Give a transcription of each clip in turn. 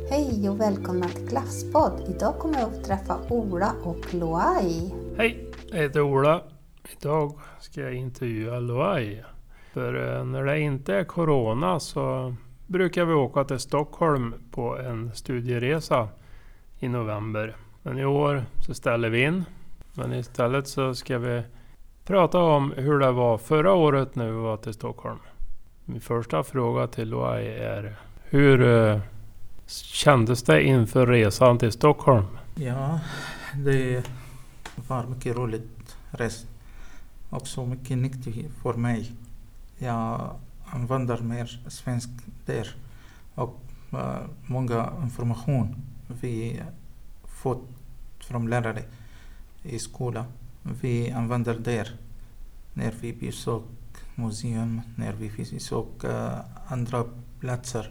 Hej och välkomna till Glasspodd. Idag kommer jag att träffa Ola och Loai. Hej, jag heter Ola. Idag ska jag intervjua Loai. För när det inte är corona så brukar vi åka till Stockholm på en studieresa i november. Men i år så ställer vi in. Men istället så ska vi prata om hur det var förra året när vi var till Stockholm. Min första fråga till Loai är: hur kändes det inför resan till Stockholm? Ja, det var mycket roligt resa. Också mycket nyttigt för mig. Jag använder mer svensk där. Och många information vi fått från lärare i skolan. Vi använder där när vi besöker museum, när vi besöker andra platser.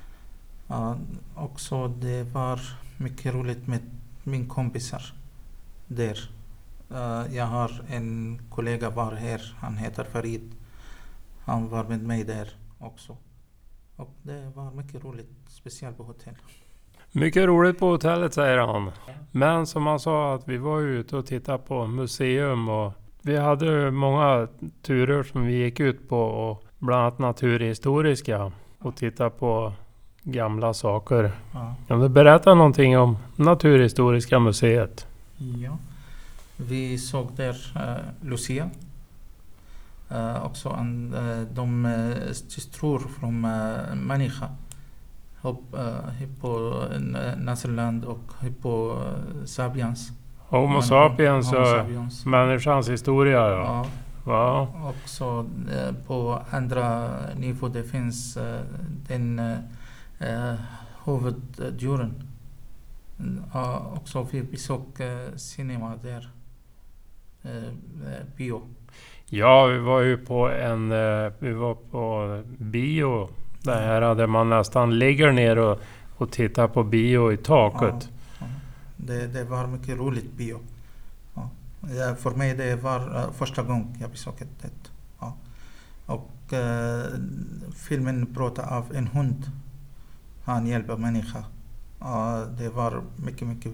Också det var mycket roligt med min kompisar där. Jag har en kollega var här, han heter Farid. Han var med mig där också. Och det var mycket roligt, speciellt på hotell. Mycket roligt på hotellet, säger han. Men som han sa, att vi var ute och tittade på museum och vi hade många turer som vi gick ut på, och bland annat naturhistoriska, och titta på gamla saker. Ja. Kan du berätta någonting om Naturhistoriska museet? Ja. Vi såg där Lucia. Också de stystror från människa. På Nasserland och på Sapiens. Homo sapiens och människans historia. Ja. Ja. Också på andra nivå det finns den huvuddjuren. Också vi besöker cinema där. Bio. Ja, vi var ju på på bio. Där där man nästan ligger ner och tittar på bio i taket. Ja. Det var mycket roligt bio. Ja, för mig det var första gången jag besökte det. Ja. Och filmen pratar av en hund. Han hjälper människa. Det var mycket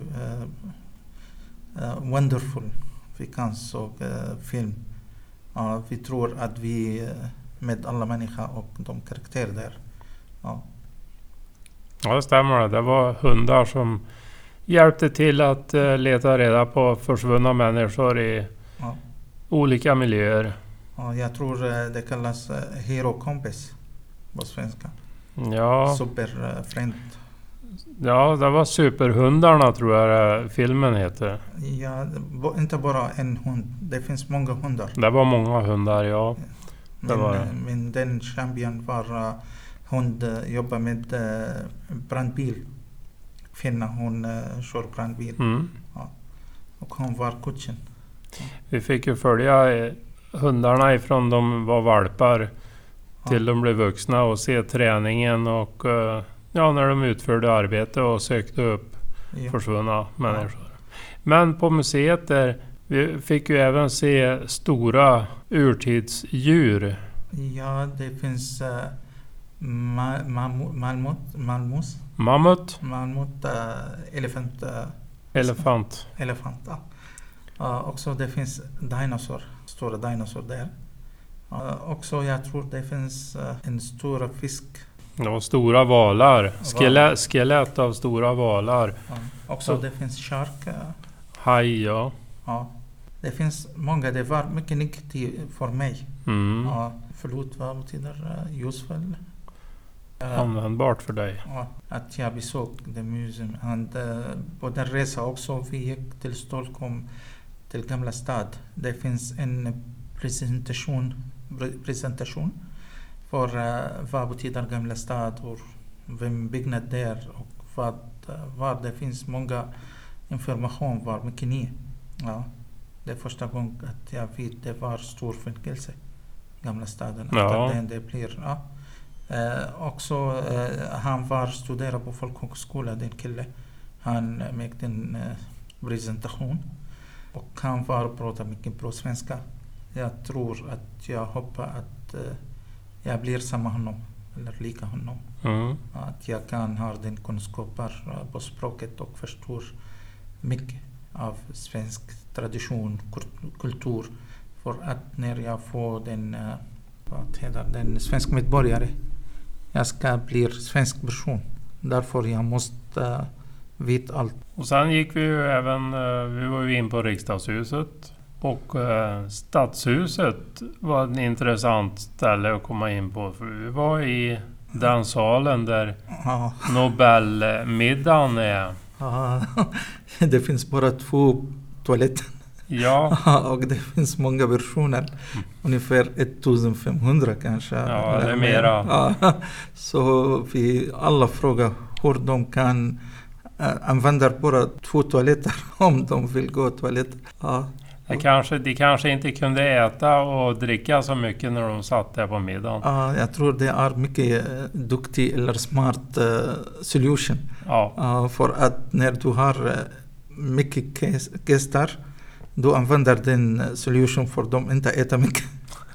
wonderful. Vi kan såg film. Vi tror att vi med alla människor och de karaktärer där. Ja, det stämmer. Det var hundar som hjälpte till att leta reda på försvunna människor i olika miljöer. Jag tror det kallas Hero Kompis på svenska. Ja. Superfriend. Ja, det var Superhundarna, tror jag filmen heter. Ja, inte bara en hund. Det finns många hundar. Det var många hundar, ja. Men den champion var hund jobbar med brandbil. Finna hon kör brandbil. Ja. Och hon var coachen. Vi fick ju följa hundarna ifrån de var valpar till de blev vuxna och se träningen och när de utförde arbete och sökte upp försvunna människor. Men på museet där vi fick ju även se stora urtidsdjur. Ja, det finns mammut, elefant. Också det finns stora dinosaur där. Också jag tror det finns en stor fisk. Ja, stora valar. Skelett av stora valar. Också det finns shark. Haj, ja. Det finns många. Det var mycket nyttigt för mig. Förlåt, vad betyder useful? Användbart för dig. Att jag besökte museum. På den resa också vi gick till Stockholm, till Gamla stad. Det finns en presentation för vad betyder Gamla stad och vem byggnad där och vad det finns många information var mycket ny. Ja, det är första gången att jag vet det var stor fängelse Gamla staden. Efter det blir också han var studerade på folkhögskola, den kille. Han med en presentation och han var pratade mycket bra svenska. Jag tror att jag hoppas att jag blir samma honom eller lika honom. Att jag kan ha den kunskaper på språket och förstår mycket av svensk tradition, kultur. För att när jag får den svensk medborgare, jag ska bli svensk person. Därför jag måste veta allt. Och sen gick vi ju även, vi var ju in på Riksdagshuset. Och Stadshuset var ett intressant ställe att komma in på. För vi var i den salen där Nobelmiddagen är. Det finns bara 2 toaletter. Ja. Och det finns många versioner. Ungefär 1500 kanske. Ja, det är mera. Så vi alla frågar hur de kan använda bara 2 toaletter om de vill gå toalett. De kanske inte kunde äta och dricka så mycket när de satt där på middagen. Jag tror det är mycket duktig eller smart solution. För att när du har mycket gäster, du använder den solution för dem inte äta mycket.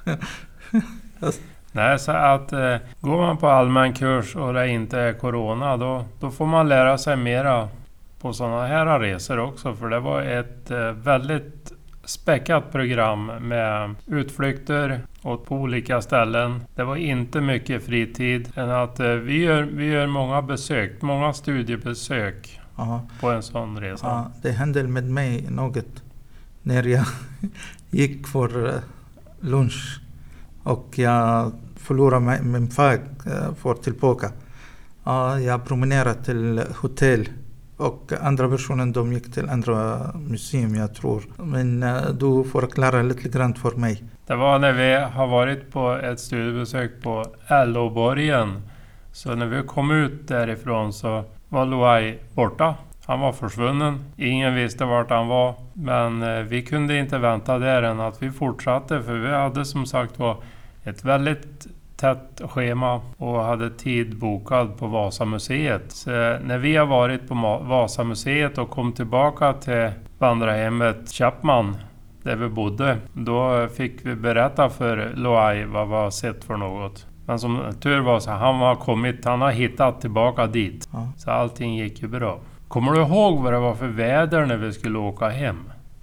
Nej, så att går man på allmän kurs och det inte är corona, då får man lära sig mera på sådana här resor också. För det var ett väldigt späckat program med utflykter och på olika ställen. Det var inte mycket fritid än att vi gör många studiebesök på en sån resa. Det hände med mig något när jag gick för lunch och jag förlorade min fag för tillbaka. Jag promenerade till hotell. Och andra versionen de gick till andra museum, jag tror. Men du får förklara lite grann för mig. Det var när vi har varit på ett studiebesök på Älvborgen. Så när vi kom ut därifrån så var Loai borta. Han var försvunnen. Ingen visste vart han var. Men vi kunde inte vänta där än att vi fortsatte. För vi hade som sagt ett väldigt tätt schema och hade tid bokad på Vasamuseet. Så när vi har varit på Vasamuseet och kom tillbaka till vandrarhemmet Chapman där vi bodde, då fick vi berätta för Loai vad vi har sett för något. Men som tur var så han har hittat tillbaka dit. Så allting gick ju bra. Kommer du ihåg vad det var för väder när vi skulle åka hem?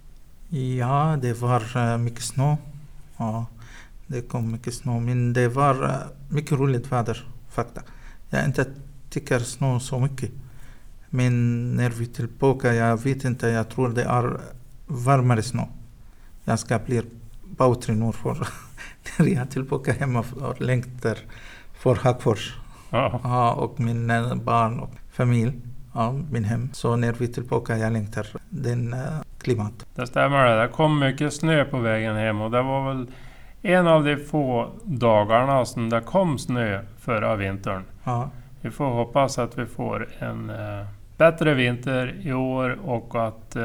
Ja, det var mycket snö. Det kom mycket snö, men det var mycket roligt väder faktiskt. Jag inte tycker snö så mycket. Men när vi tillbaka, jag vet inte, jag tror det är varmare snö. Jag ska bli bautrig nu för när jag är tillbaka hemma och längtar för Hagfors. Och min barn och familj. Min hem. Så när vi är tillbaka, jag längtar den klimat. Det stämmer, det kom mycket snö på vägen hem och det var väl en av de få dagarna som det kom snö förra vintern. Vi får hoppas att vi får en bättre vinter i år och att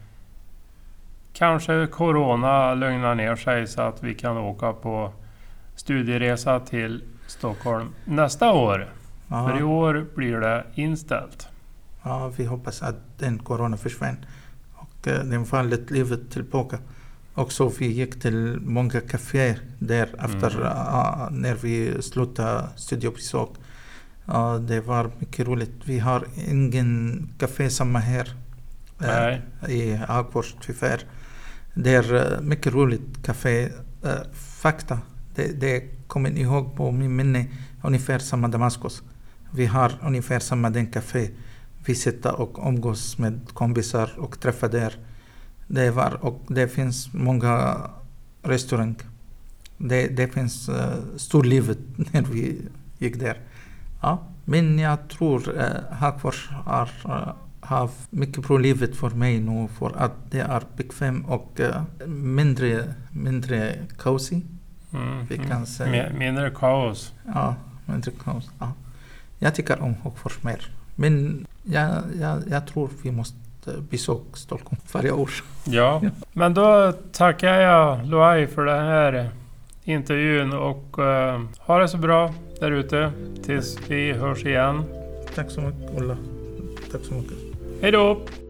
kanske corona lugnar ner sig så att vi kan åka på studieresa till Stockholm nästa år. För i år blir det inställt. Vi hoppas att den corona försvinner och den fallet livet tillbaka. Också vi gick till många kaféer där efter när vi slutade studiebesök. Det var mycket roligt. Vi har ingen kafé samma här i Hagfors tyvärr. Det är mycket roligt kafé. Fakta, det kommer ihåg på min minne ungefär samma Damaskus. Vi har ungefär samma den kafé. Vi sitter och umgås med kompisar och träffar där. Det finns många restauranger. Det finns stor livet när vi gick där. Men jag tror Hagfors har mycket bra livet för mig nu för att det är bekväm och mindre cozy. Vi kan säga. Mindre kaos. Mindre kaos. Jag tycker om Hagfors mer. Men jag tror vi måste besöka Stockholm varje år. Ja, men då tackar jag Loai för den här intervjun och ha det så bra där ute tills vi hörs igen. Tack så mycket, Ulla. Tack så mycket. Hej då!